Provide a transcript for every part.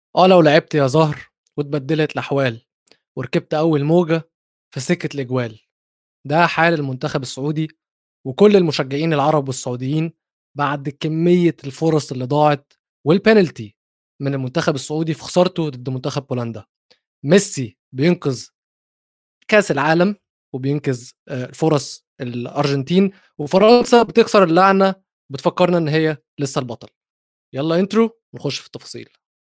لو لعبت يا زهر واتبدلت الأحوال وركبت أول موجة في سكة الإجوال. ده حال المنتخب السعودي وكل المشجعين العرب والسعوديين بعد كمية الفرص اللي ضاعت والبينالتي من المنتخب السعودي في خسارته ضد منتخب بولندا. ميسي بينقذ كأس العالم وبينقذ فرص الأرجنتين، وفرنسا بتكسر اللعنة، بتفكرنا إن هي لسه البطل. يلا انترو نخش في التفاصيل.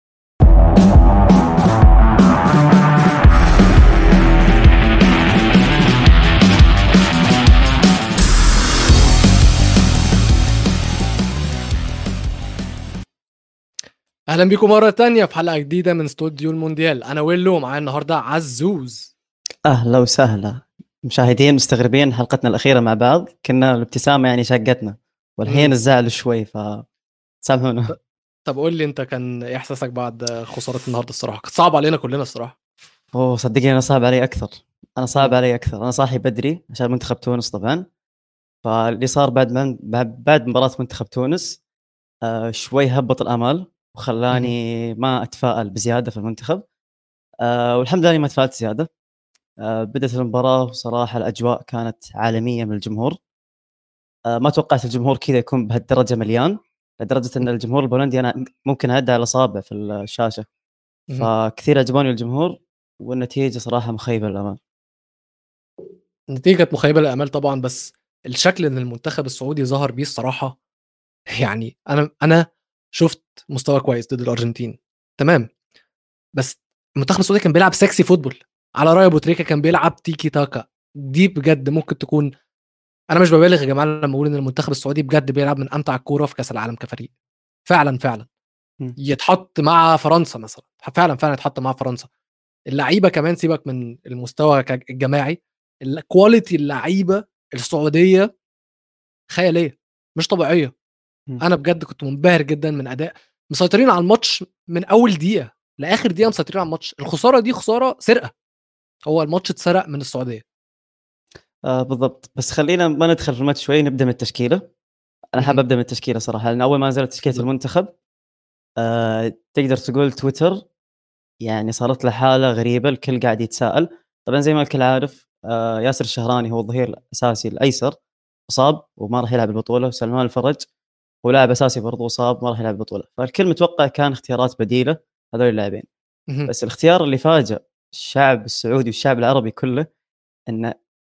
اهلا بيكم مره تانية في حلقه جديده من استوديو المونديال. انا ويلو ومعايا النهارده عزوز. أهلا وسهلا مشاهدين مستغربين حلقتنا الأخيرة مع بعض، كنا الابتسامة يعني شقتنا والحين امم الزعل شوي فسامحونا. طب قول لي انت، كان ايه احساسك بعد خساره النهارده؟ الصراحه كانت صعبه علينا كلنا الصراحه. أوه صدقني أنا صعب علي أكثر. امم أنا صاحي بدري عشان منتخب تونس طبعا. فاللي صار بعد مباراة منتخب تونس شوي هبط الآمال امم وخلاني ما أتفائل بزيادة في المنتخب. والحمد لله إني ما تفائلت زيادة. بدأت المباراة وصراحة الأجواء كانت عالمية من الجمهور. ما توقعت الجمهور كذا يكون بهالدرجة مليان، لدرجة إن الجمهور البولندي أنا ممكن أعد على أصابع في الشاشة. امم فكثير عجبوني الجمهور، والنتيجة صراحة مخيبة للأمانة. النتيجه كانت مخيبه للامال طبعا، بس الشكل ان المنتخب السعودي ظهر بيه الصراحه، يعني انا شفت مستوى كويس ضد الارجنتين، تمام، بس المنتخب السعودي كان بيلعب سكسي فوتبول. على راي ابو تريكه كان بيلعب تيكي تاكا. دي بجد ممكن تكون، انا مش ببالغ يا جماعه لما اقول ان المنتخب السعودي بجد بيلعب من امتع الكوره في كاس العالم كفريق. فعلا فعلا إمم. يتحط مع فرنسا مثلا، فعلا فعلا يتحط مع فرنسا. اللعيبه كمان سيبك من المستوى الجماعي، الكواليتي اللعيبه السعوديه خياليه، مش طبيعيه. إمم. انا بجد كنت منبهر جدا من اداء، مسيطرين على الماتش من اول دقيقه لاخر دقيقه، مسيطرين على الماتش. الخساره دي خساره سرقه، هو الماتش اتسرق من السعوديه. بالضبط، بس خلّينا ما ندخل في الماتش شوي، نبدأ من التشكيلة. أنا حابب مهم. أبدأ من التشكيلة صراحة، لأن أول ما نزلت تشكيلة اتفضل. المنتخب تقدر تقول تويتر يعني صارت له حالة غريبة، الكل قاعد يتساءل. طبعًا زي ما الكل عارف ياسر الشهراني هو الظهير الأساسي الأيسر أصاب وما راح يلعب البطولة، وسلمان الفرج هو لاعب أساسي برضه أصاب ما راح يلعب البطولة، فالكل متوقع كان اختيارات بديلة هذول اللاعبين. مهم. بس الاختيار اللي فاجأ الشعب السعودي والشعب العربي كله إن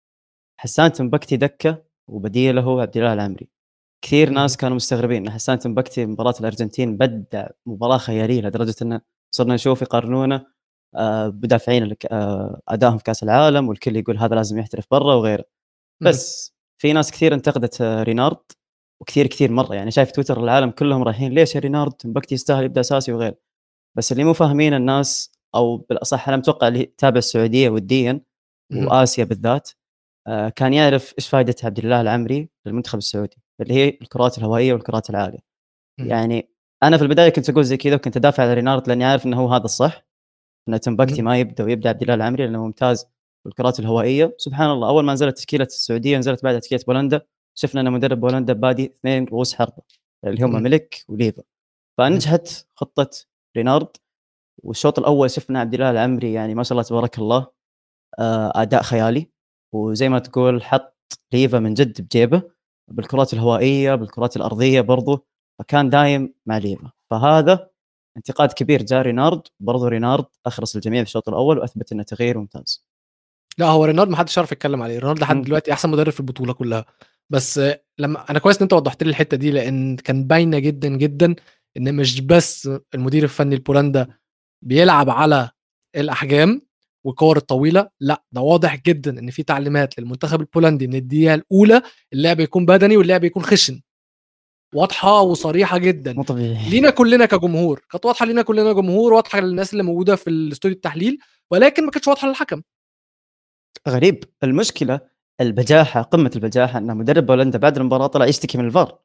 حسان تنبكتي دكة وبديله هو عبد الله العمري. كثير مهم. ناس كانوا مستغربين إن حسان تنبكتي مباراة الأرجنتين بدع مباراة خيالية لدرجة إنه صرنا نشوف يقارنونه بدافعين أدائهم في كأس العالم، والكل يقول هذا لازم يحترف برا وغيره. مهم. بس في ناس كثير انتقدت رينارد، وكثير مرة يعني شايف تويتر العالم كلهم رايحين ليش يا رينارد تنبكتي يستاهل يبدأ أساسي وغيره. بس اللي مو فاهمين الناس، أو بالأصح أنا متوقع اللي يتابع السعودية وديًا مهم. وآسيا بالذات كان يعرف إيش فايدة عبد الله العمري للمنتخب السعودي، اللي هي الكرات الهوائية والكرات العالية. مهم. يعني أنا في البداية كنت أقول زي كذا وكنت أدافع على رينارد لأني عارف إنه هو هذا الصح، إن تنبكتي مهم. ما يبدأ ويبدأ عبد الله العمري لأنه ممتاز بالكرات الهوائية. سبحان الله أول ما نزلت تشكيلة السعودية نزلت بعدها تشكيلة بولندا، شفنا أن مدرب بولندا بادي 2 رؤوس حربة اللي هم مهم. ملك وليفا، مهم. فنجحت خطة رينارد. والشوط الأول شفنا عبد الله العمري يعني ما شاء الله تبارك الله أداء خيالي، وزي ما تقول حط ليفا من جد بجيبه بالكرات الهوائية بالكرات الأرضية برضو، فكان دايم مع ليفا. فهذا انتقاد كبير جاء رينارد، برضو رينارد أخرس الجميع في الشوط الأول وأثبت أنه تغيير ممتاز. لا، هو رينارد ما حدش يعرف يتكلم عليه. رينارد لحد مم. دلوقتي احسن مدرب في البطوله كلها. بس لما انا كويس ان انت وضحت لي الحته دي، لان كان باينه جدا جدا ان مش بس المدير الفني لبولندا بيلعب على الاحجام والكور الطويله، لا ده واضح جدا ان في تعليمات للمنتخب البولندي من الدقيقه الاولى اللعب يكون بدني واللعب يكون خشن. واضحه وصريحه جدا مو طبيعي. لينا كلنا كجمهور، كانت واضحه لينا كلنا جمهور، واضحه للناس اللي موجوده في الاستوديو التحليل، ولكن ما كانتش واضحه للحكم. غريب المشكلة، البجاحة قمة البجاحة أن مدرب بولندا بعد المباراة طلع يشتكي من الفار.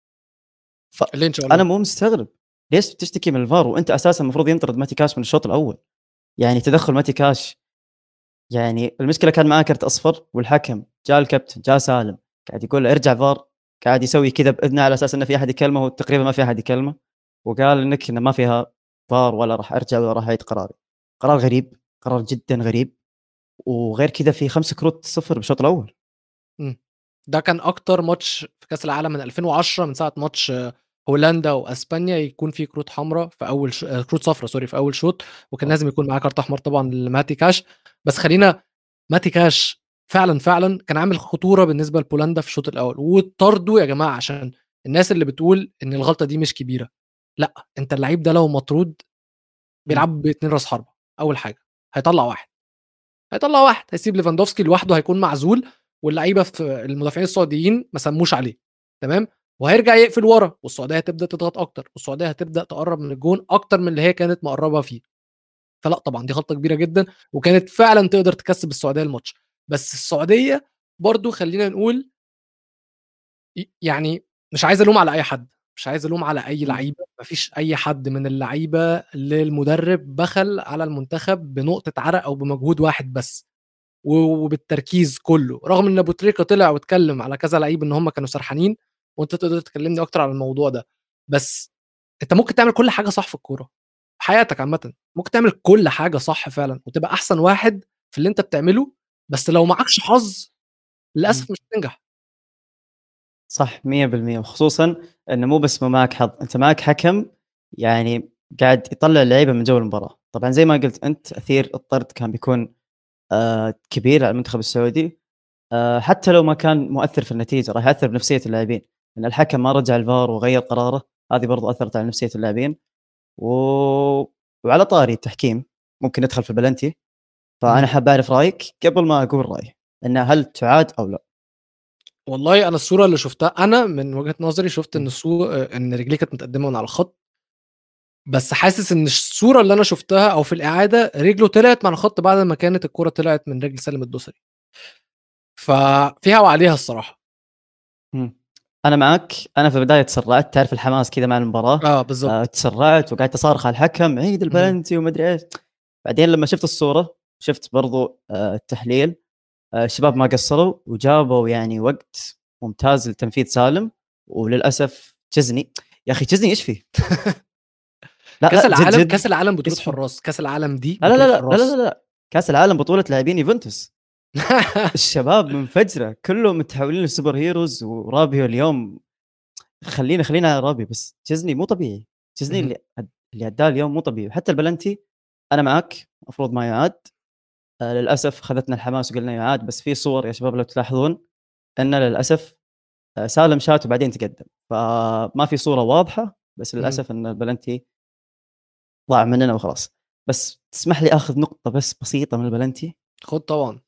اللي ان شاء فأنا الله. مو مستغرب ليش تشتكي من الفار وأنت أساسا المفروض ينطرد ماتي كاش من الشوط الأول. يعني تدخل ماتي كاش، يعني المشكلة كان معاه كرت أصفر والحكم جاء الكابتن جاء سالم قاعد يقول له ارجع فار، قاعد يسوي كذا بإذنه على أساس إنه في أحد يكلمه وتقريبا ما في أحد يكلمه، وقال إنك إنه ما فيها فار ولا راح ارجع ولا راح اعيد قراري. قرار غريب، قرار جدا غريب. وغير كذا في 5 كروت صفر بالشوط الاول. إمم. ده كان أكتر ماتش في كأس العالم من 2010 من ساعة ماتش هولندا وأسبانيا يكون فيه كروت حمرا في أول كروت صفرا سوري في أول شوط، وكان لازم يكون معاه كارت أحمر طبعًا لماتي كاش. بس خلّينا ماتي كاش فعلًا كان عامل خطورة بالنسبة لبولندا في الشوط الأول، واتطردوا يا جماعة عشان الناس اللي بتقول إن الغلطة دي مش كبيرة. لأ، أنت اللعيب ده لو مطرود مم. بيلعبوا ب2 راس حربة. أول حاجة هيطلّع واحد. هيطلّع واحد، هيسيب ليفاندوفسكي لوحده هيكون معزول، واللعيبة في المدافعين السعوديين ما سمّوش عليه، تمام، وهيرجع يقفل ورا، والسعودية هتبدأ تضغط أكتر، والسعودية هتبدأ تقرّب من الجون أكتر من اللي هي كانت مقرّبة فيه. فلأ طبعًا دي غلطة كبيرة جدًا، وكانت فعلًا تقدر تكسّب السعودية الماتش. بس السعودية برضه خلّينا نقول يعني مش عايز ألوم على أي حد، مش عايز ألوم على أي مم. لعيبة، ما فيش أي حد من اللعيبة اللي المدرب بخل على المنتخب بنقطة عرق أو بمجهود واحد بس. وبالتركيز كلّه، رغم إن أبو تريكة طلع واتكلّم على كذا لعيب إن هُم كانوا سرحانين، وأنت تقدر تكلّمني أكتر عن الموضوع ده. بس أنت ممكن تعمل كل حاجة صح في الكورة، في حياتك عامةً، ممكن تعمل كل حاجة صح فعلًا، وتبقى أحسن واحد في اللي أنت بتعمله، بس لو معاكش حظ مم. للأسف مش هتنجح. صح 100%. وخصوصا انه مو بس ما معك حظ، انت معك حكم يعني قاعد يطلع اللعيبه من جو المباراه. طبعا زي ما قلت انت، تاثير الطرد كان بيكون كبير على المنتخب السعودي. حتى لو ما كان مؤثر في النتيجه راح ياثر بنفسيه اللاعبين، ان الحكم ما رجع الفار وغير قراره. هذه برضو اثرت على نفسيه اللاعبين. و... وعلى طاري التحكيم، ممكن ندخل في البلنتي. فانا اهم. حاب اعرف رايك قبل ما اقول رايي، انها هل تعاد او لا؟ والله أنا الصورة اللي شُفتها أنا من وجهة نظري شُفت إن مم. إن رجليه كانت متقدمة من على الخط، بس حاسس إن الصورة اللي أنا شُفتها أو في الإعادة رجله طلعت من على الخط بعد ما كانت الكورة طلعت من رجل سالم الدوسري. ففيها وعليها الصراحة. إمم. أنا معاك. أنا في البداية تسرعت، تعرف الحماس كذا مع المباراة. آه بالضبط. تسرعت وقعدت أصارخ على الحكم عيد اهم. البلنتي وما أدري إيش. بعدين لمّا شُفت الصورة، شُفت برضه التحليل. الشباب ما قصّروا وجابوا يعني وقت ممتاز لتنفيذ سالم. وللأسف تشيزني، يا أخي تشيزني إيش فيه؟ لأ، كأس لأ، جد، العالم جد كأس العالم بطولة إيش فيه؟ حُرّاس، كأس العالم دي لا، لا، بطولة لا، لا، لا، لا، حُرّاس. لا، كأس العالم بطولة لاعبين يوفنتوس. الشباب منفجرة، كلّهم متحولين لسوبر هيروز. ورابيو اليوم خلّينا على رابي. بس تشيزني مو طبيعي. تشيزني اهم. اللي أدّاه اليوم مو طبيعي. حتى البلنتي أنا معاك، المفروض ما يُعاد. للأسف خذتنا الحماس وقلنا يُعاد. بس في صور يا شباب لو تلاحظون إن للأسف سالم شاط وبعدين تقدم. فما في صورة واضحة. بس اهم. للأسف إن البلنتي ضاع مننا وخلاص. بس تسمح لي آخذ نقطة بس بسيطة من البلنتي؟ خُد طبعًا.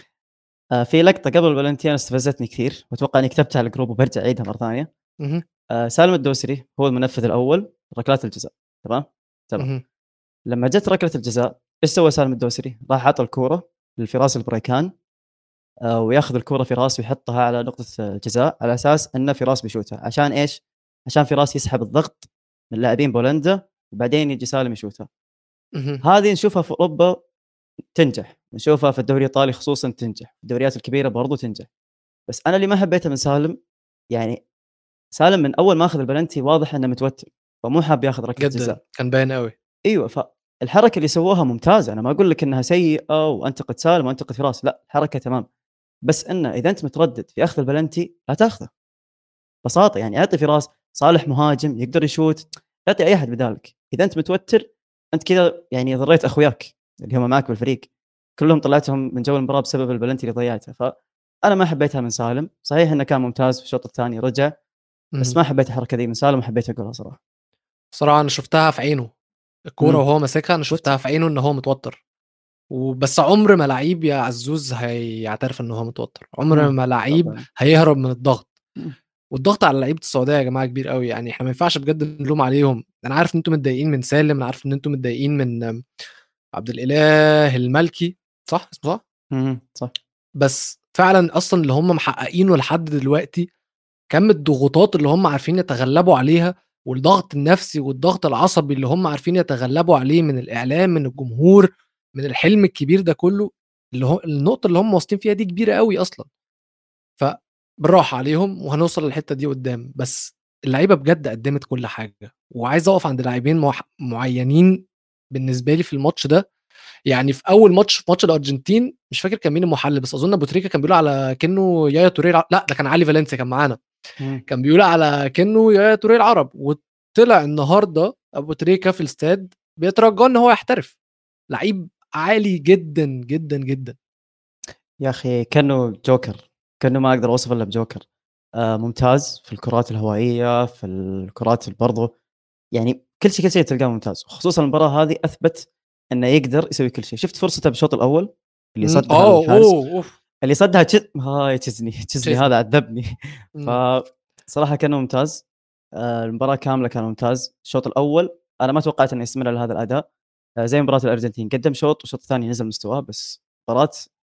في لقطة قبل البلنتي أنا استفزتني كثير، وأتوقع إني كتبتها على الجروب وبارجع أعيدها مرة ثانية. اهم. سالم الدوسري هو المنفذ الأول ركلات الجزاء، تمام؟ تمام. اهم. لمّا جات ركلة الجزاء، إيش سوى سالم الدوسري؟ راح عطى الكورة لفراس البريكان. وياخذ الكورة فراس ويحطها على نقطة الجزاء، على أساس إن فراس بيشوتها. عشان إيش؟ عشان فراس يسحب الضغط من لاعبين بولندا، وبعدين يجي سالم يشوتها. اهم. هذه نشوفها في أوروبا تنجح، نشوفها في الدوري الإيطالي خصوصًا تنجح، الدوريات الكبيرة برضه تنجح. بس أنا اللي ما حبيته من سالم، يعني سالم من أول ما أخذ البلنتي واضح إنه متوتر، ومو حاب ياخذ ركلة جدًا، جزاء. كان باين أوي. أيوه، فالحركة اللي سووها ممتازة. أنا ما أقول لك إنها سيئة وأنتقد سالم وأنتقد فراس، لأ، الحركة تمام. بس إنه إذا أنت متردد في أخذ البلنتي لا تاخذه. ببساطة يعني أعطي فراس. صالح مهاجم يقدر يشوت، اعطي أي أحد بدالك. إذا أنت متوتر، أنت كذا يعني ضريت أخوياك اللي هم معك بالفريق، كلهم طلعتهم من جو المباراة بسبب البلنتي اللي ضيعته. فأنا ما حبيتها من سالم. صحيح إنه كان ممتاز في الشوط الثاني رجع، بس اهم. ما حبيت الحركة ذي من سالم وحبيت أقولها صراحة. بصراحة أنا شُفتها في عينه، الكورة إمم. وهو ماسكها أنا شُفتها متوتر. في عينه إن هو متوتر. وبس عُمر ما لعيب يا عزوز هيعترف إن هو متوتر، عُمر إمم. ما لعيب طبعًا. هيهرب من الضغط. إمم. والضغط على لعيبة السعودية يا جماعة كبير أوي، يعني إحنا ما ينفعش بجد نلوم عليهم. أنا عارف إن أنتم متضايقين من سالم، أنا عارف إن أنتم متضايقين من عبد الإله المالكي، صح، اسمه صح؟ اهم. صح. بس فعلًا أصلًا اللي هم محققينه لحد دلوقتي، كَم الضغوطات اللي هم عارفين يتغلبوا عليها، والضغط النفسي والضغط العصبي اللي هم عارفين يتغلبوا عليه من الإعلام، من الجمهور، من الحلم الكبير ده كله، اللي هو النقطة اللي هم واصلين فيها دي كبيرة أوي أصلًا. فبالراحة عليهم وهنوصل للحتة دي قدّام. بس اللعيبة بجد قدّمت كل حاجة، وعايز أقف عند لاعبين معيّنين بالنسبة لي في الماتش ده. يعني في أول ماتش، في ماتش الأرجنتين، مش فاكر كان مين المحلل، بس أظن أبو تريكة كان بيقول على كأنه يايا توريه لأ، ده كان علي فالنسيا كان معانا، إمم. كان بيقول على كأنه يايا توريه العرب. وطلع النهارده أبو تريكة في الاستاد بيترجاه إن هو يحترف. لعيب عالي جدًا، جدًا، جدًا. يا أخي كأنه جوكر، كأنه ما أقدر أوصفه إلا بجوكر. ممتاز في الكرات الهوائية، في الكرات برضه يعني كل شيء تلقاه ممتاز، وخصوصًا المباراة هذه أثبت إنه يقدر يسوي كل شيء. شُفت فرصته بالشوط الأول اللي صدّها الحارس، أوف! اللي صدّها هاي تشزني هذا تشيزني. عذّبني. إمم. فصراحة كان ممتاز. المباراة كاملة كان ممتاز. الشوط الأول أنا ما توقعت إنه يستمر على هذا الأداء. زي مباراة الأرجنتين قدّم شوط والشوط الثاني نزل مستواه، بس مباراة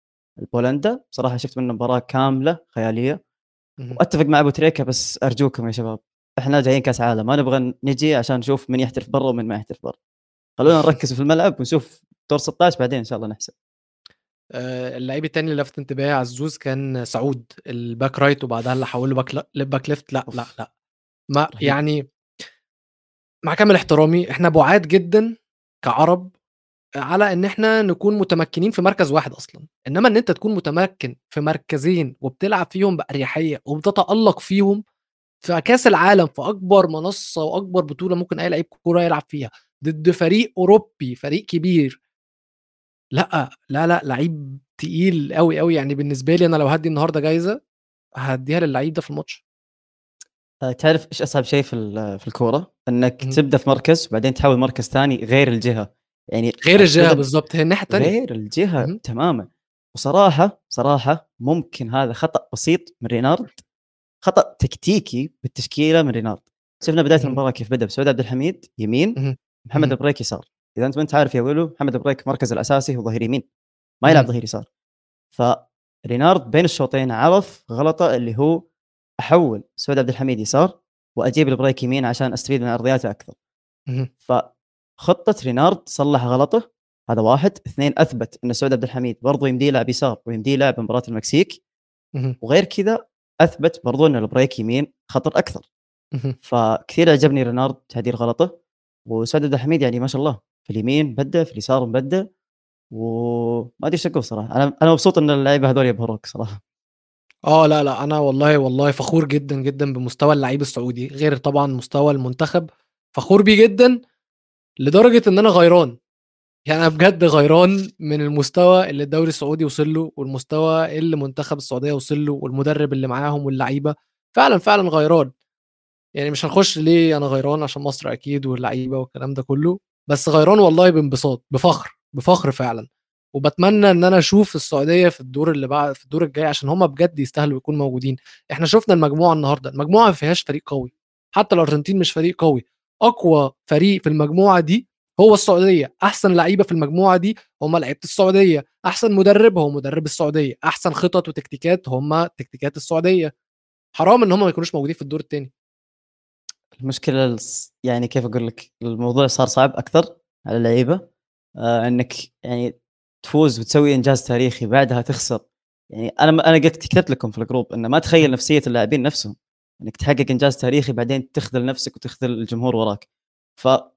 بولندا بصراحة شُفت منه مباراة كاملة خيالية. اهم. وأتفق مع أبو تريكة، بس أرجوكم يا شباب، إحنا جايين كأس عالم، ما نبغى نجي عشان نشوف من يحترف برّا ومن ما يحترف برّا. خلّونا نركّز في الملعب ونشوف دور 16 بعدين إن شاء الله نحسب. اللعيب التاني اللي لَفَت انتباهي عزّوز كان سعود الback right، وبعدها اللي حوّله back left. لأ، لأ، أوف! لأ، ما رهيب. يعني مع كامل احترامي إحنا بُعاد جدًا كعرب على إن إحنا نكون متمكنين في مركز واحد أصلًا، إنما إن أنت تكون متمكن في مركزين وبتلعب فيهم بأريحية وبتتألق فيهم في كاس العالم، في أكبر منصة وأكبر بطولة ممكن أي لعيب كورة يلعب فيها، ضد فريق أوروبي، فريق كبير. لأ، لا، لأ، لعيب تقيل أوي، أوي. يعني بالنسبة لي أنا لو هادّي النهارده جايزة، هادّيها للعيب ده في الماتش. تعرف إيش أصعب شيء في الكورة؟ إنك اهم. تبدأ في مركز وبعدين تحاول مركز ثاني غير الجهة. يعني غير الجهة أعتقد بالضبط، هي الناحية التانية. غير الجهة اهم. تمامًا. وصراحة، صراحة ممكن هذا خطأ بسيط من رينارد، خطأ تكتيكي بالتشكيلة من رينارد. شفنا بداية اهم. المباراة كيف بدأ بسعود عبد الحميد يمين، اهم. محمد اهم. البريك يسار. إذا أنت ما أنت عارف يا ويلو، محمد البريك مركزه الأساسي هو ظهير يمين، ما يلعب اهم. ظهير يسار. فرينارد بين الشوطين عرف غلطه اللي هو أحوّل سعود عبد الحميد يسار وأجيب البريك يمين عشان أستفيد من عرضياته أكثر. اهم. فخطة رينارد صلّح غلطه، هذا 1. 2 أثبت إن سعود عبد الحميد برضه يمديه يلعب يسار ويمديه يلعب مباراة المكسيك. اهم. وغير كذا أثبت برضه إن البريك يمين خطر أكثر. اهم. فكثير عجبني رينارد تعديل غلطه. وسعد عبد الحميد يعني ما شاء الله في اليمين مبدع، في اليسار مبدع، وما أدري إيش أقول صراحة. أنا مبسوط إن اللعيبة هذول يبهروك صراحة. لا، لأ، أنا والله، والله فخور جدًا، جدًا بمستوى اللعيب السعودي، غير طبعًا مستوى المنتخب. فخور بيه جدًا لدرجة إن أنا غيران. يعني أنا بجد غيران من المستوى اللي الدوري السعودي وصل له، والمستوى اللي منتخب السعودية وصل له، والمدرب اللي معاهم واللعيبة. فعلًا، فعلًا غيران. يعني مش هنخش ليه أنا غيران عشان مصر أكيد واللعيبة والكلام ده كله، بس غيران والله بانبساط، بفخر، بفخر فعلًا. وباتمنى إن أنا أشوف السعودية في الدور اللي في الدور الجاي عشان هم بجد يستاهلوا يكونوا موجودين. إحنا شُفنا المجموعة النهارده، المجموعة ما فيهاش فريق قوي، حتى الأرجنتين مش فريق قوي. أقوى فريق في المجموعة دي هو السعودية، أحسن لعيبة في المجموعة دي هم لعيبة السعودية، أحسن مدرب هو مدرب السعودية، أحسن خطط وتكتيكات هم تكتيكات السعودية. حرام إن هم ما يكونوش موجودين في الدور التاني. المشكلة يعني كيف أقول لك، الموضوع صار صعب أكثر على اللعيبة. إنك يعني تفوز وتسوي إنجاز تاريخي بعدها تخسر. يعني أنا قلت كتبت لكم في الجروب إن ما أتخيل إمم. نفسية اللاعبين نفسهم، إنك تحقق إنجاز تاريخي بعدين تخذل نفسك وتخذل الجمهور وراك. فما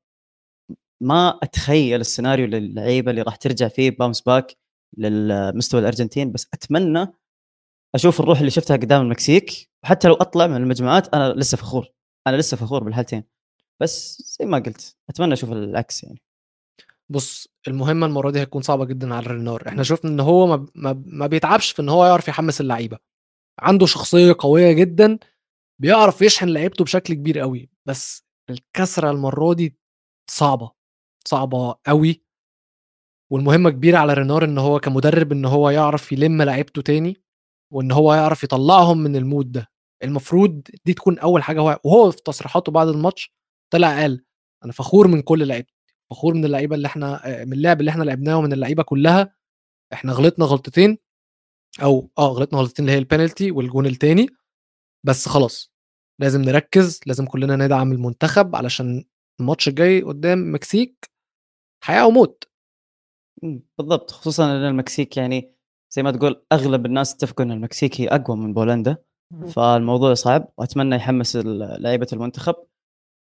أتخيل السيناريو للعيبة اللي راح ترجع فيه bounce back للمستوى الأرجنتين. بس أتمنى أشوف الروح اللي شفتها قدام المكسيك، وحتى لو أطلع من المجموعات أنا لسه فخور، أنا لسه فخور بالحالتين. بس زي ما قُلت، أتمنى أشوف العكس يعني. بُص، المهمة المرّة دي هتكون صعبة جدًا على الرينار. إحنا شُفنا إن هو ما بيتعبش في إن هو يعرف يحمّس اللعيبة، عنده شخصية قوية جدًا، بيعرف يشحن لعيبته بشكل كبير أوي. بس الكسرة المرّة دي صعبة، صعبة أوي. والمهمة كبيرة على رينار إن هو كمدرب إن هو يعرف يلِم لعيبته تاني، وإن هو يعرف يطلّعهم من الmood ده. المفروض دي تكون أول حاجة وهو في تصريحاته بعد الماتش طلع قال: "أنا فخور من كل لعيبتي، فخور من اللعيبة اللي إحنا من اللعب اللي إحنا لعبناه ومن اللعيبة كلّها. إحنا غلطنا غلطتين، أو غلطنا غلطتين اللي هي الpenalty والجون التاني، بس خلاص لازم نركّز، لازم كلّنا ندعم المنتخب علشان الماتش الجاي قدّام مكسيك حياة أو موت." بالضبط، خصوصًا إن المكسيك يعني زي ما تقول أغلب الناس اتفقوا إن المكسيك هي أقوى من بولندا. فالموضوع صعب وأتمنى يحمّس لعيبة المنتخب.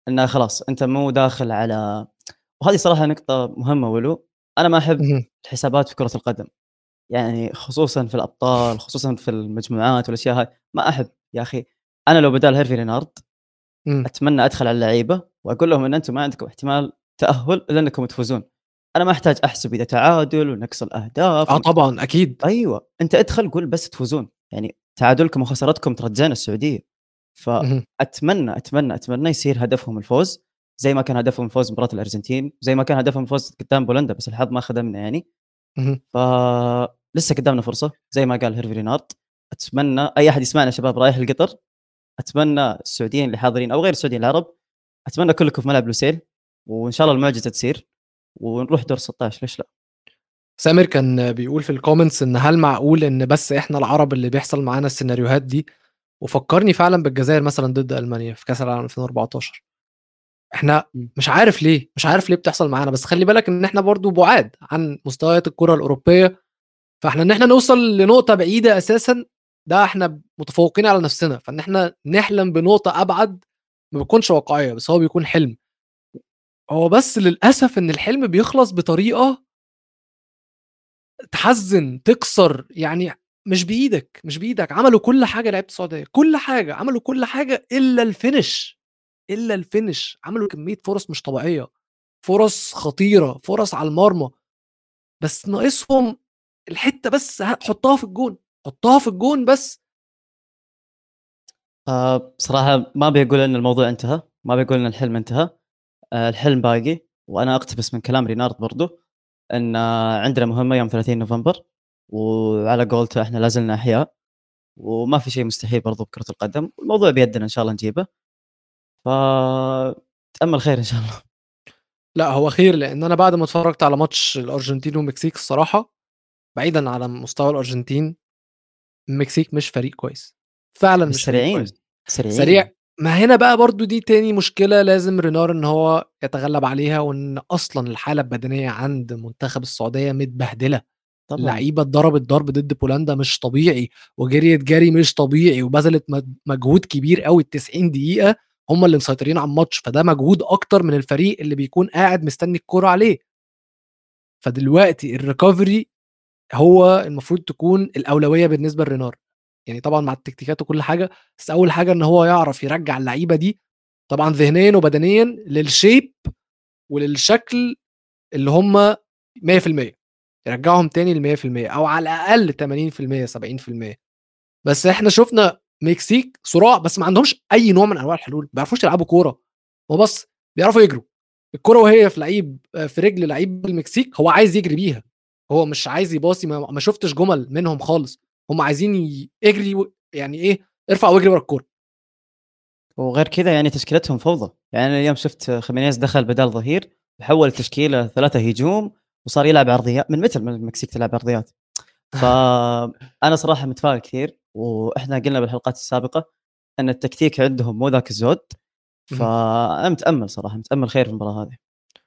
إنه خلاص أنت مو داخل على، وهذه صراحة نقطة مهمة ولو، أنا ما أحب اهم، الحسابات في كرة القدم، يعني خصوصًا في الأبطال، خصوصًا في المجموعات والأشياء هاي، ما أحب يا أخي. أنا لو بدال هيرفي رينارد إمم، أتمنى أدخل على اللعيبة وأقول لهم إن أنتم ما عندكم احتمال تأهُّل إلا إنكم تفوزون، أنا ما أحتاج أحسب إذا تعادل ونقص الأهداف آه طبعًا أكيد، أيوه، أنت ادخل قُل بس تفوزون، يعني تعادلكم وخسارتكم ترجّعنا السعودية، اهم، فأتمنى، أتمنى، أتمنى يصير هدفهم الفوز، زي ما كان هدفهم الفوز بمباراة الأرجنتين، زي ما كان هدفهم الفوز قدام بولندا بس الحظ ما خدمنا يعني، اهم. لسه قدامنا فرصة زي ما قال هيرفي رينارد، أتمنى أي أحد يسمعنا شباب رايح لقطر، أتمنى السعوديين اللي حاضرين أو غير السعوديين العرب، أتمنى كلكم في ملعب لوسيل، وإن شاء الله المعجزة تصير، ونروح دور 16 ليش لأ؟ سامر كان بيقول في الcomments إن هل معقول إن بس إحنا العرب اللي بيحصل معانا السيناريوهات دي، وفكّرني فعلًا بالجزاير مثلًا ضد ألمانيا في كأس العالم 2014. إحنا إمم. مش عارف ليه، مش عارف ليه بتحصل معانا، بس خلّي بالك إن إحنا برضه بُعاد عن مستويات الكرة الأوروبية، فإحنا إن إحنا نوصل لنقطة بعيدة أساسًا، ده إحنا متفوقين على نفسنا، فإن إحنا نحلم بنقطة أبعد ما بتكونش واقعية، بس هو بيكون حلم. هو بس للأسف إن الحلم بيخلص بطريقة تحزِّن، تكسر، يعني مش بإيدك، مش بإيدك، عملوا كل حاجة لعيبة السعودية، كل حاجة، عملوا كل حاجة إلا الfinish، إلا الfinish، عملوا كمية فرص مش طبيعية، فرص خطيرة، فرص على المرمى، بس ناقصهم الحتّة بس حُطّها في الجون، حُطّها في الجون بس. بصراحة ما أبي أقول إن الموضوع انتهى، ما أبي أقول إن الحلم انتهى، الحلم باقي، وأنا أقتبس من كلام رينارد برضه، إن عندنا مهمة يوم 30 نوفمبر، وعلى قولته إحنا لا زلنا أحياء، وما في شيء مستحيل برضه بكرة القدم، والموضوع بيدنا إن شاء الله نجيبه، فتأمل خير إن شاء الله. لأ هو خير، لإن أنا بعد ما اتفرّجت على ماتش الأرجنتين والمكسيك الصراحة، بعيدًا على مستوى الأرجنتين، المكسيك مش فريق كويس، فعلًا بس مش فريق كويس. سريعين، سريعين، سريع، ما هنا بقى برضه دي تاني مشكلة لازم رينار إن هو يتغلب عليها، وإن أصلًا الحالة البدنية عند منتخب السعودية متبهدلة، طبعًا. اللعيبة اتضربت ضرب ضد بولندا مش طبيعي، وجريت جري مش طبيعي، وبذلت مجهود كبير أوي ال90 دقيقة هم اللي مسيطرين على الماتش، فده مجهود أكتر من الفريق اللي بيكون قاعد مستني الكورة عليه، فدلوقتي الrecovery هو المفروض تكون الأولوية بالنسبة لرينار، يعني طبعًا مع التكتيكات وكل حاجة، بس أول حاجة إن هو يعرف يرجّع اللعيبة دي طبعًا ذهنيًا وبدنيًا للshape وللشكل اللي هم 100%، يرجّعهم تاني ل100% أو على الأقل 80%، 70%. بس إحنا شُفنا مكسيك صُراع، بس ما عندهمش أي نوع من أنواع الحلول، ما بيعرفوش يلعبوا كورة، هو بس بيعرفوا يجروا، الكورة وهي في لعيب في رجل لعيب المكسيك هو عايز يجري بيها، هو مش عايز يباصي، ما شُفتش جُمل منهم خالص، هم عايزين اجري يعني إيه، ارفع واجري ورا الكورة. وغير كذا يعني تشكيلتهم فوضى، يعني أنا اليوم شُفت خيمينيز دخل بدال ظهير، وحوّل التشكيلة 3 هجوم، وصار يلعب عرضيات، من متى المكسيك تلعب عرضيات؟ فأنا صراحة متفائل كثير، وإحنا قلنا بالحلقات السابقة أن التكتيك عندهم مو ذاك الزود، اهم. فأنا متأمل صراحة، متأمل خير في المباراة هذه.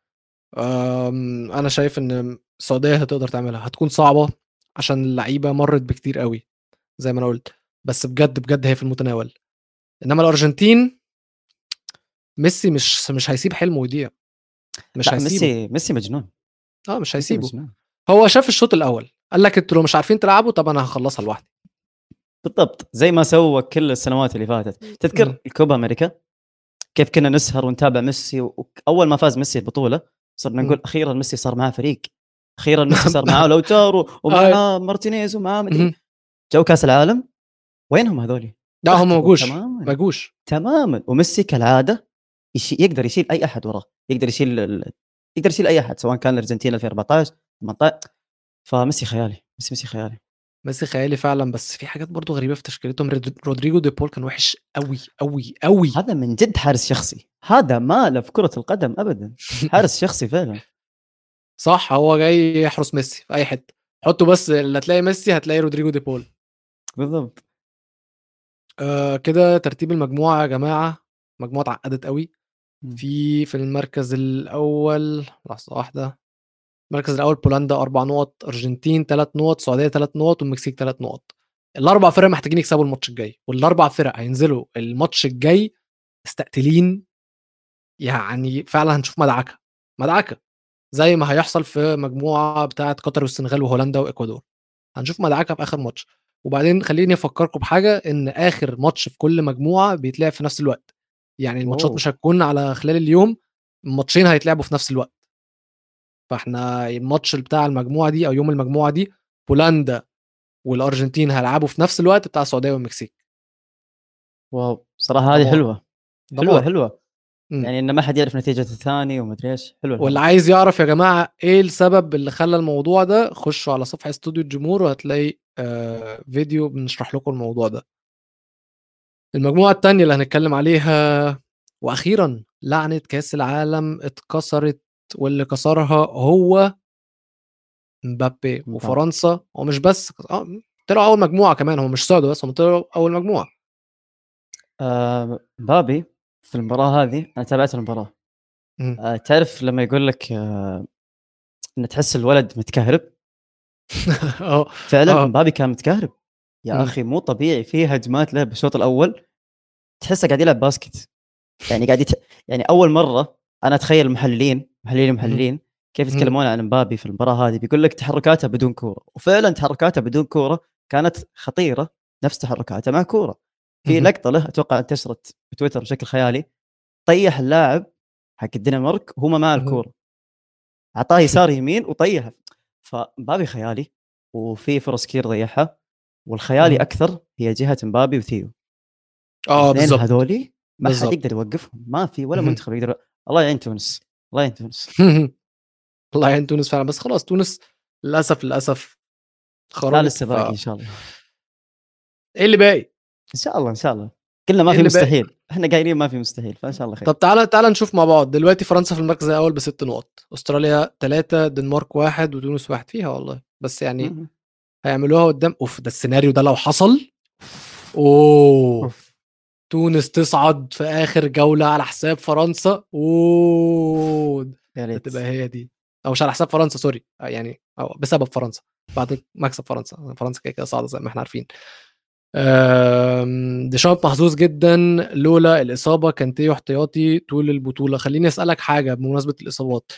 أنا شايف إن السعودية هتقدر تعملها، هتكون صعبة عشان اللعيبة مرّت بكتير أوي زي ما أنا قُلت، بس بجد، بجد هي في المتناول، إنّما الأرجنتين ميسي مش هيسيب حلمه يضيع، مش لأ هيسيبه، ميسي مجنون، مش ميسي هيسيبه، مجنون، هو شاف الشوط الأول، قال لك أنتم لو مش عارفين تلعبوا طَب أنا هاخلّصها لوحدي. بالضبط، زي ما سوى كل السنوات اللي فاتت، اهم، تذكر الكوبا أمريكا؟ كيف كنا نسهر ونتابع ميسي، أول ما فاز ميسي البطولة صرنا إمم. نقول أخيرًا ميسي صار معاه فريق، أخيرًا ميسي صار معاه لوتارو أيوه، ومعاه مارتينيز ومعاه مدري، اهم، جو كأس العالم وينهم هذولي؟ لأ هم ما اختفوا جوش، تمامًا، ما جوش. تمامًا، وميسي كالعادة يقدر يشيل أي أحد وراه، يقدر يشيل يقدر يشيل أي أحد سواء كان الأرجنتين 2014 فميسي خيالي، ميسي خيالي. ميسي خيالي فعلًا، بس في حاجات برضه غريبة في تشكيلتهم، رودريجو دي بول كان وِحِش أوي، أوي، أوي. هذا من جد حارس شخصي، هذا ما له في كرة القدم أبدًا، حارس شخصي فعلًا، صح، هو جاي يحرس ميسي في أي حتة، حطّوا بس لا تلاقي ميسي هتلاقي رودريجو دي بول. بالضبط. كده ترتيب المجموعة يا جماعة، مجموعة اتعقدت أوي، إمم. في المركز الأول لحظة واحدة، المركز الأول بولندا 4 نُقط، أرجنتين 3 نُقط، السعودية 3 نُقط، والمكسيك 3 نُقط. ال4 فرق محتاجين يكسبوا الماتش الجاي، وال4 فرق هينزلوا الماتش الجاي مستقتلين يعني فعلًا هنشوف مدعكة، مدعكة، زي ما هيحصل في مجموعة بتاعة قطر والسنغال وهولندا وإكوادور، هنشوف مدعكة في آخر ماتش. وبعدين خلّيني أفكّركم بحاجة، إن آخر ماتش في كل مجموعة بيتلعب في نفس الوقت، يعني الماتشات أوه! مش هتكون على خلال اليوم، الماتشين هيتلعبوا في نفس الوقت. فإحنا الماتش بتاع المجموعة دي أو يوم المجموعة دي بولندا والأرجنتين هيلعبوا في نفس الوقت بتاع السعودية والمكسيك. واو! صراحة هذه دمار، حلوة، حلوة، دمار. حلوة. إمم. يعني إن ما حد يعرف نتيجة الثاني وما أدري إيش، حلوة واللي هذه. عايز يعرف يا جماعة إيه السبب اللي خلّى الموضوع ده، خشوا على صفحة استوديو الجمهور وهتلاقي فيديو بنشرح لكم الموضوع ده. المجموعة التانية اللي هنتكلم عليها وأخيرًا لعنة كأس العالم اتكسرت، واللي كسرها هو مبابي مبابي. وفرنسا. ومش بس طلعوا أول مجموعة كمان، هم مش صعدوا بس هم طلعوا أول مجموعة. مبابي في المباراة هذه أنا تابعت المباراة. إمم. تعرف لمّا يقول لك إن تحس الولد متكهرب؟ آه، فعلًا آه. مبابي كان متكهرب، يا إمم. أخي مو طبيعي، في هجمات له بالشوط الأول تحسه قاعد يلعب باسكت، يعني قاعد يعني أول مرة أنا أتخيل اهم. محللين كيف اهم. يتكلمون عن مبابي في المباراة هذه، بيقول لك تحركاته بدون كورة، وفعلًا تحركاته بدون كورة كانت خطيرة نفس تحركاته مع كورة. في اهم. لقطة له أتوقع انتشرت بتويتر بشكل خيالي، طيّح اللاعب حق الدنمارك وهو ما معه اهم. الكورة، أعطاه يسار يمين وطيّحه. فمبابي خيالي، وفي فرص كتير ضيّعها، والخيالي اهم. أكثر هي جهة مبابي وثيو. الاثنين بالضبط، هذولي ما حد بالضبط. يقدر يوقفهم، ما في ولا اهم. منتخب يقدر. الله يعين تونس، الله يعين تونس. الله يعين تونس فعلًا، بس خلاص تونس للأسف، للأسف لا خرجت. لسه باقي إن شاء الله. إيه اللي باقي؟ إن شاء الله، إن شاء الله. قلنا ما إيه في اللي باقي؟ مستحيل، إحنا قايلين ما في مستحيل، فإن شاء الله خير. طب تعالَ نشوف مع بعض، دلوقتي فرنسا في المركز الأول ب6 نقط، أستراليا 3، الدنمارك 1 وتونس 1 فيها والله، بس يعني اهم. هيعملوها قدّام. أوف! ده السيناريو ده لو حصل، أوه! أوف! تونس تصعد في آخر جولة على حساب فرنسا، أوه! يا ريت. هتبقى هي دي، أو مش على حساب فرنسا sorry، يعني بسبب فرنسا، بعد مكسب فرنسا، فرنسا كده، كده صاعدة زي ما إحنا عارفين. ديشامب محظوظ جدًا، لولا الإصابة كانتيه احتياطي طول البطولة. خلّيني أسألك حاجة بمناسبة الإصابات،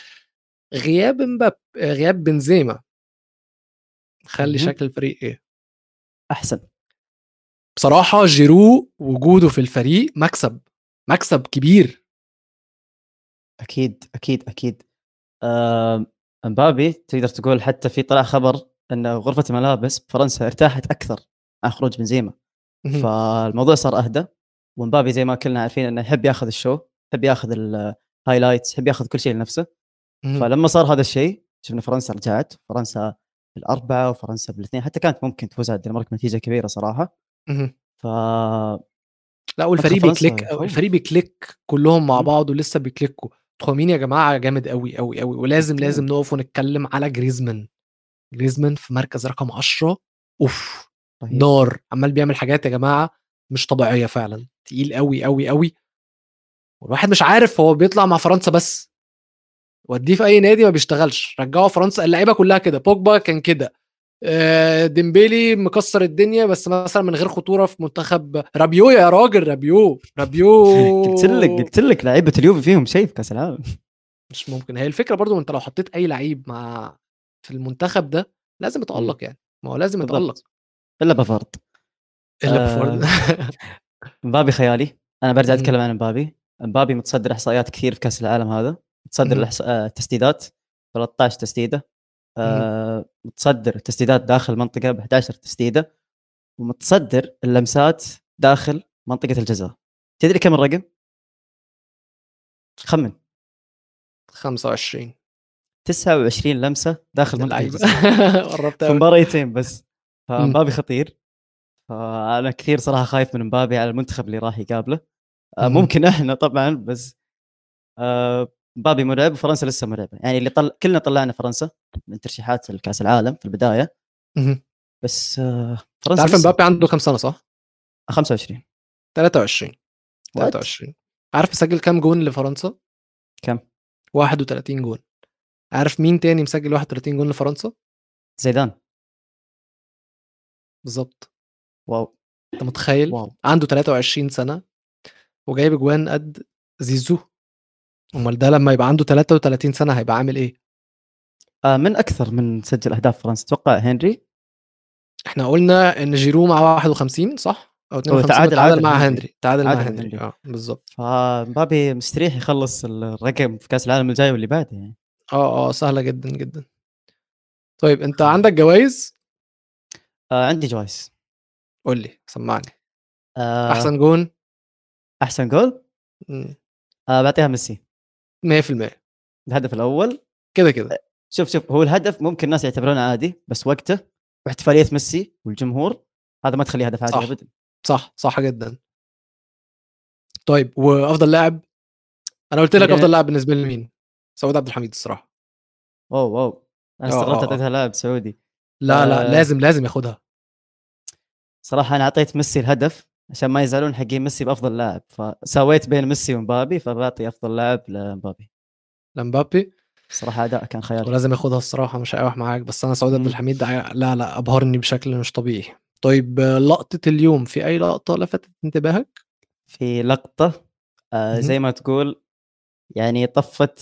غياب بنزيما خلّي اهم. شكل الفريق إيه؟ أحسن. بصراحة جيرو وجوده في الفريق مكسب، مكسب كبير. أكيد، أكيد، أكيد. مبابي تقدر تقول حتى في طلع خبر إن غرفة الملابس بفرنسا ارتاحت أكثر مع خروج بنزيما، اهم. فالموضوع صار أهدى. ومبابي زي ما كلنا عارفين إنه يحب ياخذ الشو، يحب ياخذ الhighlights، يحب ياخذ كل شيء لنفسه. اهم. فلما صار هذا الشيء شفنا فرنسا رجعت، فرنسا بال4 وفرنسا بال2، حتى كانت ممكن تفوز على الدنمارك بنتيجة كبيرة صراحة. اهم. ف لأ، منتخب والفريق فرنسا الفريق يخوف. بيكليك كلّهم مع إمم. بعض ولسه بيكليكوا. تخوامين يا جماعة جامد أوي، أوي، أوي، ولازم، جدًا. لازم نقف ونتكلم على جريزمان. جريزمان في مركز رقم 10. أوف! رهيب. نار، عمّال بيعمل حاجات يا جماعة مش طبيعية فعلًا، تقيل أوي، أوي، أوي. والواحد مش عارف هو بيطلع مع فرنسا بس، ودّيه في أي نادي ما بيشتغلش، رجّعه فرنسا. اللعيبة كلّها كده، بوجبا كان كده، ديمبélé مكسّر الدنيا بس مثلًا من غير خطورة في منتخب. رابيو يا راجل، رابيو، قُلت لك لعيبة اليوفي فيهم شيء في كأس العالم. مش ممكن. هي الفكرة برضه أنت لو حطيت أي لعيب في المنتخب ده لازم إمم. يتألق يعني، ما هو لازم يتألق. بالضبط. إلا بافارد. إلا بوفارد. آآ مبابي خيالي، أنا بارجع اهم. أتكلم عن مبابي. مبابي متصدر إحصائيات كثير في كأس العالم هذا، متصدر اهم. التسديدات 13 تسديدة، اهم. متصدر التسديدات داخل المنطقة ب11 تسديدة، ومتصدر اللمسات داخل منطقة الجزاء. تدري كم الرقم؟ خمن. 25. 29 لمسة داخل ابن منطقة اللعيبة. الجزاء قرّبت في أوي. مباريتين بس. إمم. فمبابي خطير. فأنا كثير صراحة خايف من مبابي على المنتخب اللي راح يقابله. اهم. ممكن إحنا طبعًا، بس مبابي مرعب وفرنسا لسه مرعبة، يعني اللي كلنا طلعنا فرنسا من ترشيحات الكأس العالم في البداية، اهم. بس أنت فرنسا عارف لسه. امبابي عنده كام سنة صح؟ 25. 23. what 23. عارف مسجّل كام جون لفرنسا؟ كم؟ 31 جون. عارف مين تاني مسجّل 31 جون لفرنسا؟ زيدان. بالضبط. واو. أنت متخيّل؟ واو. عنده 23 سنة وجايب أجوان قد زيزو. امال ده لما يبقى عنده 33 سنه هيبقى عامل ايه؟ من اكثر من سجل اهداف فرنسا، اتوقع هنري. احنا قلنا ان جيرو مع 51 صح او هو 52، تعادل وتعادل عادل مع هنري، هنري، تعادل مع عادل هنري، هنري. بالظبط. فمبابي مستريح يخلص الرقم في كاس العالم الجاي واللي بعده يعني. اه سهله جدا جدا. طيب انت عندك جوائز؟ عندي جوائز. قول لي، سمعني. آه احسن جون؟ احسن جول مم، بعطيها ميسي. 100%. الهدف الاول. كده كده. شوف هو الهدف ممكن الناس يعتبرونه عادي، بس وقته واحتفاليه ميسي والجمهور هذا ما تخليه هدف عادي صح ابدا. صح جدا. طيب وافضل لاعب؟ انا قلت لك افضل ري- لاعب بالنسبه لي مين؟ سعود عبد الحميد الصراحه. واو انا استغربت اه اعطيتها لاعب سعودي. لا آه لازم ياخدها. صراحه انا اعطيت ميسي الهدف عشان ما يزعلون حقين ميسي بافضل لاعب، فسويت بين ميسي ومبابي، فبعطي افضل لاعب لمبابي. لمبابي. صراحه اداء كان خيالي. ولازم ياخدها الصراحه، مش هقاوح معاك، بس انا سعود عبد مم. الحميد لا ابهرني بشكل مش طبيعي. طيب لقطه اليوم، في اي لقطه لفتت انتباهك؟ في لقطه مهم. زي ما تقول يعني طفت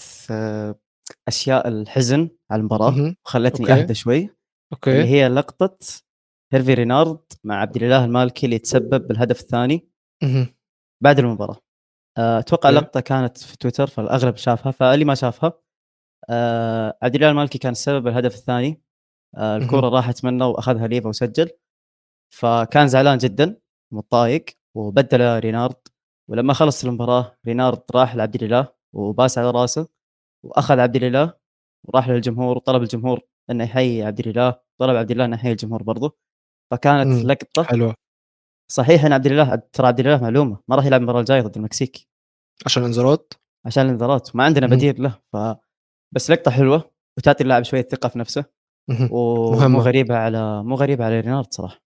اشياء الحزن على المباراه مهم. وخلتني اوكي اهدى شوي. اللي اوكي. هي لقطه هيرفي رينارد مع عبد الاله المالكي اللي تسبب بالهدف الثاني مهم. بعد المباراه. اتوقع اوكي. لقطه كانت في تويتر فالاغلب شافها، فاللي ما شافها عبد الاله المالكي كان السبب بالهدف الثاني. مهم. الكره راحت منه واخذها ليفا وسجل، فكان زعلان جدا متضايق وبدل رينارد. ولما خلص المباراه رينارد راح لعبد الاله وباس على راسه، واخذ عبد الاله وراح للجمهور وطلب الجمهور انه يحيي عبد الاله، طلب عبد الاله انه يحيي الجمهور برضه. فكانت لقطه. حلوه. صحيح ان عبد الاله، ترى عبد الاله معلومه ما راح يلعب المباراه الجايه ضد المكسيك عشان انذارات. عشان الانذارات وما عندنا مهم. بديل له. بس لقطه حلوه وتعطي اللاعب شويه ثقه في نفسه، مهم. ومو مهمه. غريبه على مو غريبه على رينارد صراحه.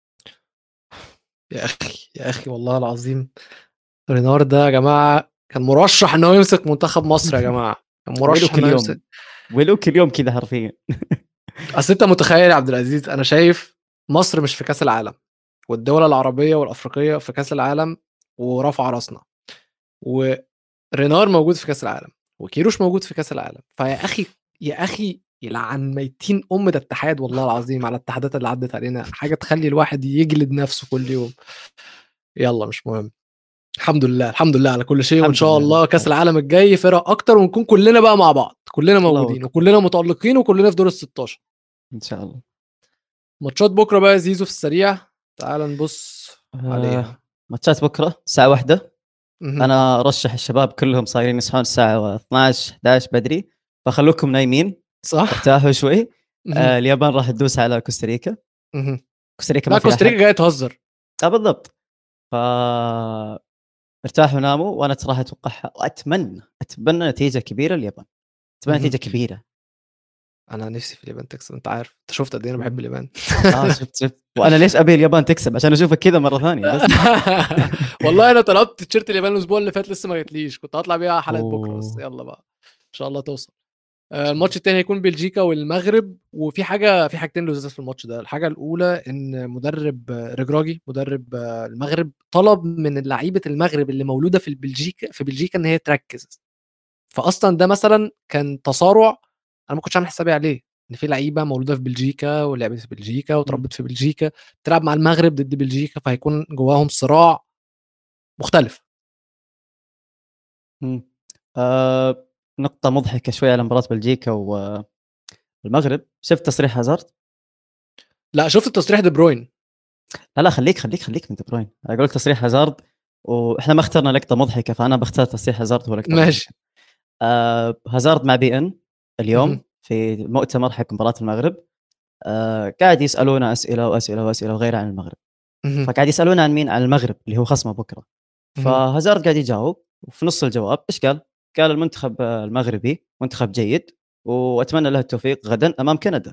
يا اخي والله العظيم، رينار ده يا جماعه كان مرشح ان هو يمسك منتخب مصر، يا جماعه كان ولو مرشح ان كل هو يوم، يمسك. ولو كل يوم كذا حرفيا. اصل انت متخيل يا عبد العزيز، انا شايف مصر مش في كاس العالم، والدول العربيه والافريقيه في كاس العالم ورافعه راسنا، ورينار موجود في كاس العالم، وكيروش موجود في كاس العالم. فيا اخي، يا اخي يلعن ميتين ده اتحاد والله العظيم على الاتحادات اللي عدت علينا، حاجه تخلي الواحد يجلد نفسه كل يوم. يلا مش مهم. الحمد لله الحمد لله على كل شيء، وان الحمد شاء لله على الله كل كاس حال. العالم الجاي فرق اكتر، ونكون كلنا بقى مع بعض، كلنا الله موجودين اكبر. وكلنا متالقين وكلنا في دور ال 16. ان شاء الله. ماتشات بكره بقى يا زيزو في السريع، تعال نبص عليها. ماتشات بكره الساعه 1. مهم. انا ارشح الشباب كلهم صايرين يصحون الساعه 12 11 بدري، فخلوكم نايمين صح. ارتاحوا شوي. مهم. اليابان راح تدوس على كوستاريكا. مهم. كوستاريكا لا ما في احد. كوستاريكا جاي تهزر. بالضبط. ف ارتاحوا ناموا، وانا صراحه اتوقعها اتمنى نتيجه كبيره اليابان. اتمنى مهم. نتيجه كبيره. انا نفسي في اليابان تكسب، انت عارف، انت شفت قد ايه انا بحب مم. اليابان. شفت وانا ليش ابي اليابان تكسب؟ عشان اشوفك كذا مره ثانيه بس. والله انا طلبت تيشيرت اليابان الاسبوع اللي فات، لسه ما جاتليش، كنت هطلع بيها حلقه بكره، بس اوه. يلا بقى ان شاء الله توصل. الماتش التاني هيكون بلجيكا والمغرب، وفي حاجه، في حاجتين لذيذ في الماتش ده. الحاجه الاولى ان مدرب رجراجي، مدرب المغرب، طلب من لعيبه المغرب اللي مولوده في بلجيكا ان هي تركز. فاصلا ده مثلا كان تصارع انا ما كنتش عامل حسابي عليه، ان في لعيبه مولوده في بلجيكا ولعبت في بلجيكا مم. وتربت في بلجيكا تلعب مع المغرب ضد بلجيكا، فهيكون جواهم صراع مختلف. مم. نقطه مضحكه شويه على مباراه بلجيكا والمغرب. شفت تصريح هازارد؟ لا شفت التصريح دي بروين. لا خليك من دي بروين. اقول لك تصريح هازارد، واحنا ما اخترنا لقطه مضحكه، فانا بختار تصريح هازارد هو لقطه ماشي. مضحكه. هازارد مع بي ان مهم. اليوم في مؤتمر حق مباراه المغرب. قاعد يسالونا اسئله واسئله واسئله وغيرها عن المغرب. مهم. فقاعد يسالونا عن مين؟ عن المغرب اللي هو خصمه بكره. مهم. فهازارد قاعد يجاوب، وفي نص الجواب ايش قال؟ قال المنتخب المغربي منتخب جيد، واتمنى له التوفيق غدا امام كندا.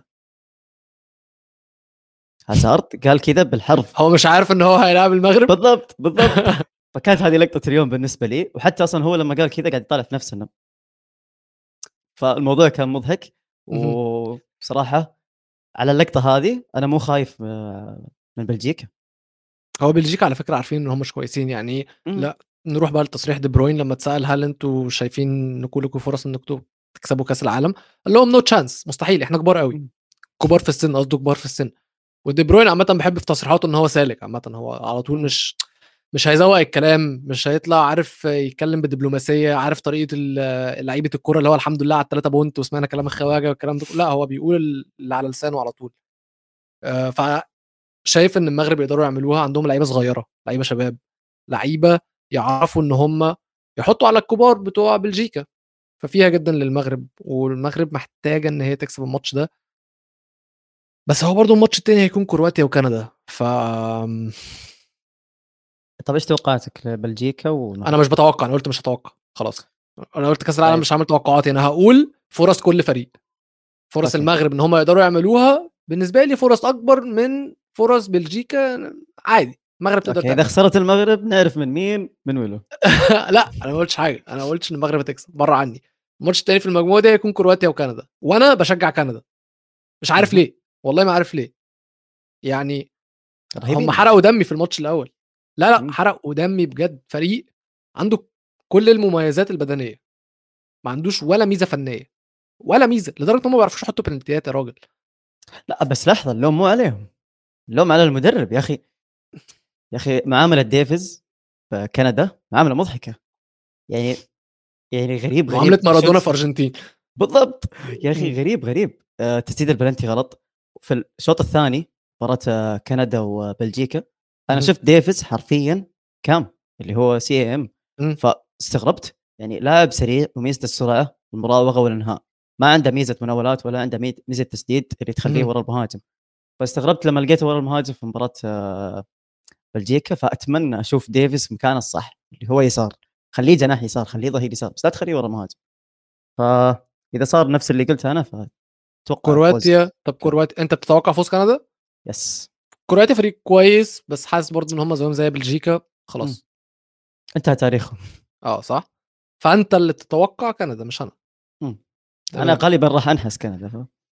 هازارد قال كذا بالحرف. هو مش عارف ان هو هيلاعب المغرب. بالضبط. فكانت هذه لقطه اليوم بالنسبه لي، وحتى اصلا هو لما قال كذا قاعد يطالع في نفسه. فالموضوع كان مضحك. مهم. وبصراحه على اللقطه هذه انا مو خايف من بلجيكا. هو بلجيكا على فكره عارفين ان هم مش كويسين يعني. مم. لا نروح بقى لتصريح دي بروين لما اتسال هل انتوا شايفين ان كلكم فرص انكم تكسبوا كاس العالم؟ قال لهم نو تشانس، مستحيل، احنا كبار قوي. مم. كبار في السن، قصده كبار في السن. ودي بروين عامه بحب في تصريحاته ان هو سالك عامه، هو على طول مم. مش هيزوق الكلام، مش هيطلع عارف يتكلم بدبلوماسيه، عارف طريقه لعيبه الكوره اللي هو الحمد لله على الثلاثه بونت وسمعنا كلام الخواجه والكلام ده، لا هو بيقول اللي على لسانه على طول. فشايف ان المغرب يقدروا يعملوها، عندهم لعيبه صغيره، لعيبه شباب، لعيبه يعرفوا ان هم يحطوا على الكبار بتوع بلجيكا، ففيها جدا للمغرب، والمغرب محتاجه ان هي تكسب الماتش ده. بس هو برضو الماتش التاني هيكون كرواتيا وكندا، طب ايش توقعاتك لبلجيكا انا والمغرب؟ مش بتوقع، انا قلت مش هتوقع خلاص. انا قلت كاس العالم طيب. مش هعمل توقعاتي، انا هقول فرص كل فريق. فرص اوكي. المغرب ان هم يقدروا يعملوها بالنسبه لي فرص اكبر من فرص بلجيكا. عادي المغرب تقدر اوكي، اذا تعملها. خسرت المغرب نعرف من مين من ويلو. لا انا ما قلتش حاجه، انا ما قلتش ان المغرب هتكسب، بره عني. الماتش التاني في المجموعه دي هيكون كرواتيا وكندا، وانا بشجع كندا، مش عارف مهم. ليه، والله ما عارف ليه. يعني هم رهيبين. حرقوا دمي في الماتش الاول. لا لا، مم. حرقوا دمي بجد. فريق عنده كل المميزات البدنيه، ما عندوش ولا ميزه فنيه، ولا ميزه، لدرجه ان هم ما بيعرفوش يحطوا بلنتيات يا راجل. لا بس لحظه، اللوم مو عليهم، اللوم على المدرب يا اخي. يا اخي معامله ديفيز في كندا معامله مضحكه، يعني يعني غريب معامله غريب مارادونا شوت. في ارجنتين. بالضبط. يا اخي مم. غريب غريب. تسديد البلنتي غلط في الشوط الثاني، مباراة كندا وبلجيكا. انا مهم. شفت ديفيس حرفيا كام اللي هو سي ام، مم. فاستغربت. يعني لاعب سريع وميزة السرعة والمراوغة والانهاء، ما عنده ميزة مناولات ولا عنده ميزة تسديد اللي تخليه مهم. ورا المهاجم. فاستغربت لما لقيته ورا المهاجم في مباراة بلجيكا. فاتمنى اشوف ديفيس مكانه الصح اللي هو يسار، خليه جناح يسار، خليه ظهير يسار، بس لا تخليه ورا المهاجم. فاذا صار نفس اللي قلته انا فتوقع فوز كرواتيا، طب كندا. كرواتيا انت بتتوقع فوز كندا؟ يس. كرواتيا فريق كويس، بس حاسس برضو ان هم زيهم زي بلجيكا مم. خلاص. انتهى تاريخهم. اه صح. فانت اللي تتوقع كندا مش انا. مم. انا تمام. غالبا راح انحس كندا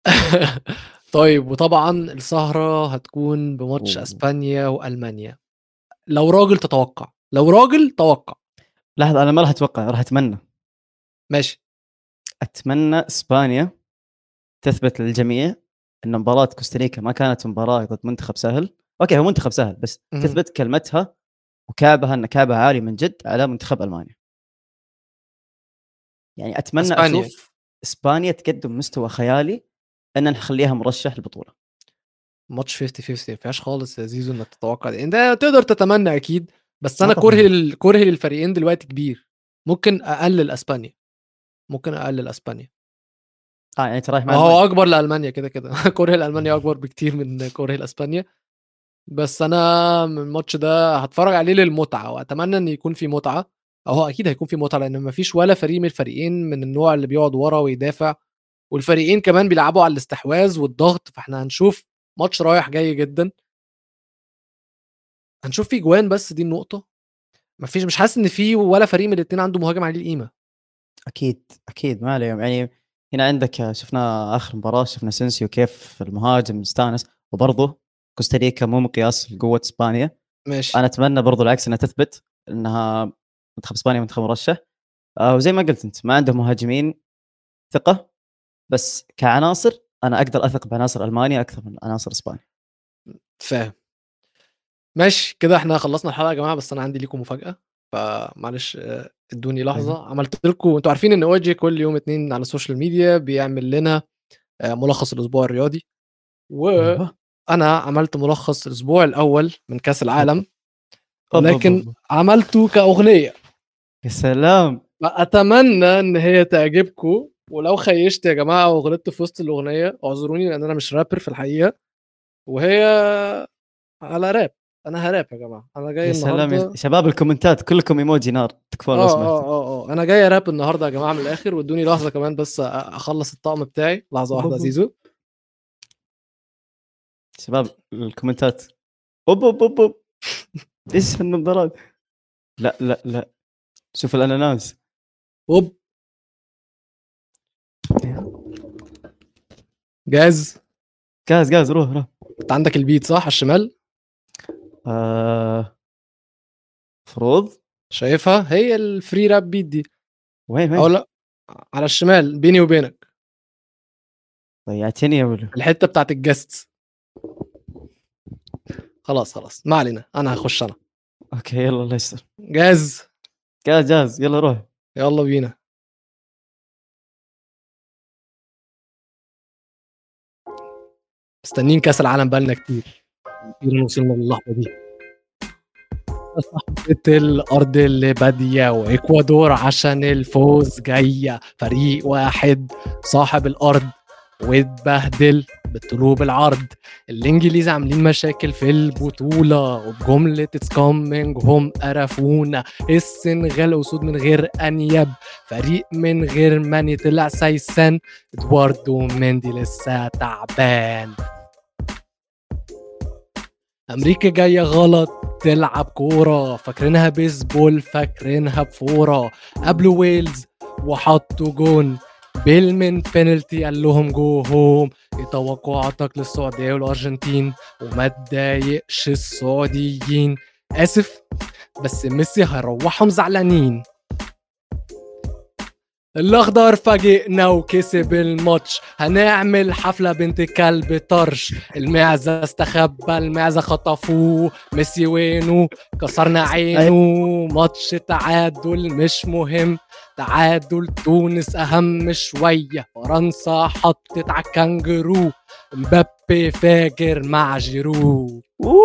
طيب، وطبعا السهرة هتكون بماتش أوه. اسبانيا والمانيا. لو راجل تتوقع، لو راجل توقع. لحظه، انا ما راح اتوقع، راح اتمنى. ماشي. اتمنى اسبانيا تثبت للجميع ان مباراه كوستاريكا ما كانت مباراه ضد منتخب سهل. اوكي هو منتخب سهل، بس مهم. تثبت كلمتها وكعبها ان كعبها عالي من جد على منتخب المانيا. يعني اتمنى اسبانيا. اشوف اسبانيا تقدم مستوى خيالي ان نخليها مرشح للبطوله. ماتش 50 50 ما فيهاش خالص يا زيزو انك تتوقع ده. انت تقدر تتمنى اكيد، بس اه انا طبعا. كرهي للفريقين دلوقتي كبير. ممكن اقلل اسبانيا، ممكن اقلل اسبانيا. يعني انت رايح مع هو المانيا. اكبر لالمانيا كده كده. كره لالمانيا اكبر بكتير من كره لاسبانيا. بس انا من الماتش ده هتفرج عليه للمتعه، واتمنى ان يكون في متعه. او هو اكيد هيكون في متعه، لان مفيش ولا فريق من الفريقين من النوع اللي بيقعد ورا ويدافع، والفريقين كمان بيلعبوا على الاستحواذ والضغط، فاحنا هنشوف ماتش رايح جاي جدا. هنشوف فيه جوان، بس دي النقطه. مفيش، مش حاسس ان في ولا فريق من الاثنين عنده مهاجم عليه القيمه. اكيد اكيد ما عليهم. يعني هنا عندك شفنا اخر مباراه، شفنا سينسيو كيف المهاجم استانس. وبرضه كوستاريكا مو مقياس لقوه اسبانيا. ماشي. انا اتمنى برضه العكس، انها تثبت انها منتخب اسبانيا منتخب مرشح. وزي ما قلت انت ما عندهم مهاجمين ثقه، بس كعناصر انا اقدر اثق بعناصر المانيا اكثر من عناصر اسبانيا. فاهم. ماشي كده احنا خلصنا الحلقه يا جماعه، بس انا عندي ليكم مفاجاه. فمعلش ادوني ايوه. لحظه. عملت لكم، انتوا عارفين ان اوجي كل يوم اتنين على السوشيال ميديا بيعمل لنا ملخص الاسبوع الرياضي، ايوه. وانا عملت ملخص الاسبوع الاول من كاس أوب. العالم، أوب. ولكن أوب. عملته كاغنيه. يا سلام. فاتمنى ان هي تعجبكم، ولو خيشت يا جماعه وغلطت في وسط الاغنيه اعذروني، لان انا مش رابر في الحقيقه، وهي على راب. انا هراب يا جماعه، انا جاي يا سلام يا النهارده. شباب الكومنتات كلكم ايموجي نار، تكفون لو سمحتوا. انا جاي راب النهارده يا جماعه من الاخر، وادوني لحظه كمان بس اخلص الطقم بتاعي، لحظه أوب. واحده يا أوب. أوب. زيزو. شباب الكومنتات. اوب اوب اوب اوب. ايش هالنظارات؟ لا لا لا، شوف الاناناس. هوب. جاهز. جاهز جاهز، روح روح. انت عندك البيت صح على الشمال؟ آه... فروض. شايفها هي الفري راب بيت دي. وين او وين؟ لا، على الشمال بيني وبينك، ضيعتني يا ولو. الحته بتاعت الجست. خلاص ما علينا، انا هخش انا. اوكي يلا الله يستر. جاهز؟ جاهز يلا روح. يلا بينا. مستنيين كاس العالم بقالنا كتير، أخيراً وصلنا للحظه دي. صاحبة الأرض اللي بادية وإكوادور عشان الفوز جاية، فريق واحد صاحب الأرض واتبهدل بالطلوب العرض. الإنجليز عاملين مشاكل في البطولة وبجملة اتس كومينج هم قرفونا. السنغال أسود من غير أنياب، فريق من غير ماني طلع سايسان، ادواردو مندي لسه تعبان. أمريكا جاية غلط تلعب كورة، فاكرينها بيسبول فاكرينها بفورة. قابلوا ويلز وحطوا جون، بيل من بينالتي قال لهم جو هوم. ايه توقعاتك للسعودية والأرجنتين؟ وما تضايقش السعوديين، آسف بس ميسي هيروحهم زعلانين. الاخضر فاجئنا وكسب الماتش، هنعمل حفلة بنت كلب طرش. المعزة استخبى، المعزة خطفوه، ميسي وينه كسرنا عينه. ماتش تعادل مش مهم، تعادل تونس اهم شوية. فرنسا حطت على الكانجرو، مبابي فاجر مع جيرو.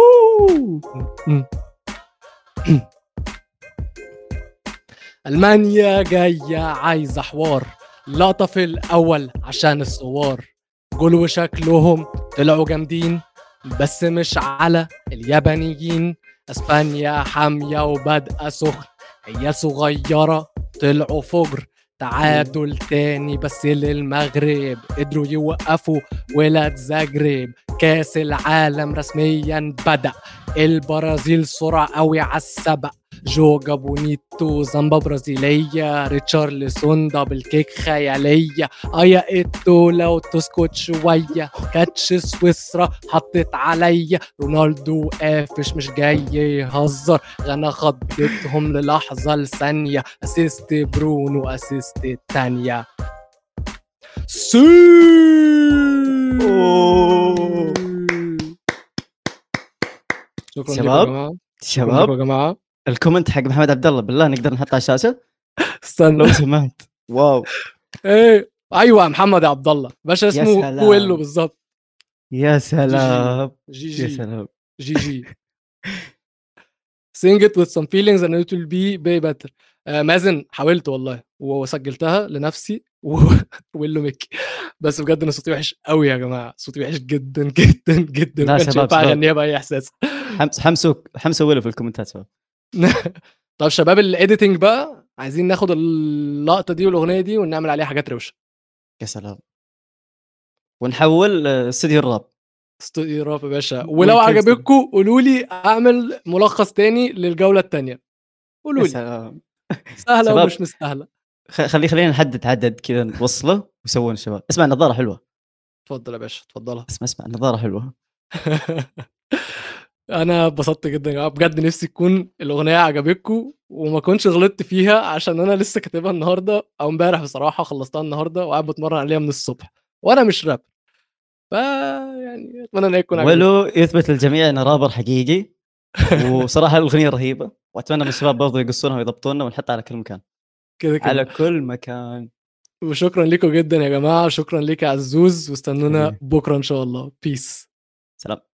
ألمانيا جاية عايزة حوار، لقطة في الأول عشان الصور. جول وشكلهم طلعوا جامدين بس مش على اليابانيين. أسبانيا حامية وبادئة سخن، عيال صغيرة طلعوا فجر. تعادل تاني بس للمغرب، قدروا يوقفوا ولاد زاجرب. كاس العالم رسميا بدأ، البرازيل سرعة قوي عالسبق. جوجا بونيتو زامبا برازيلية، ريتشارلسون دبل كيك خيالية. ايا ايتو لو تسكت شوية، كاتش سويسرا حطت عليا. رونالدو قافش مش جاي يهزر، غانا خضتهم للحظة لثانية. اسيست برونو اسيست التانية. شكرا لكم يا جماعة، شكرا لكم يا جماعة. الكومنت حق محمد عبد الله بالله نقدر نحطه على الشاشه استنى لو سمحت. واو ايه ايوه محمد عبد الله باشا، اسمه سلام. كويلو بالظبط. يا سلام جي يا جي سلام. جي sing it with some feelings and it will be way better. مازن حاولت والله وسجلتها لنفسي ويلو ميكي، بس بجد انا صوتي وحش قوي يا جماعه، صوتي وحش جدا جدا جدا، لا ما كانش شباب ينفع شباب اغنيها باي احساس. حمسوا ويلو في الكومنتات شباب. طب شباب الايديتنج بقى، عايزين ناخد اللقطه دي والاغنيه دي ونعمل عليها حاجات روشه. يا سلام. ونحول استوديو الراب. استوديو راب يا باشا، ولو ونكنسل. عجبتكم قولوا لي اعمل ملخص تاني للجوله الثانيه، يا قولوا لي. سلام. سهله شباب ومش مستاهله. خلينا نحدد عدد كذا نوصله ويسوون الشباب. اسمع النظاره حلوه. اتفضل يا باشا اتفضلها. اسمع النظاره حلوه. انا اتبسطت جدا يا جماعه بجد، نفسي تكون الاغنيه عجبتكم وما كنتش غلطت فيها، عشان انا لسه كاتبها النهارده او امبارح بصراحه، خلصتها النهارده وقاعد بتمرن عليها من الصبح وانا مش راب. يعني اتمنى ان هي تكون عجبتكم. ولو يثبت للجميع انه رابر حقيقي. وصراحه الاغنيه رهيبه، واتمنى من الشباب برضو يقصونها ويضبطونها ونحطها على كل مكان. كده على كده. كل مكان. وشكرا لكم جدا يا جماعه، شكرا لك يا عزوز، واستنونا حبيبي بكره ان شاء الله. بيس. سلام.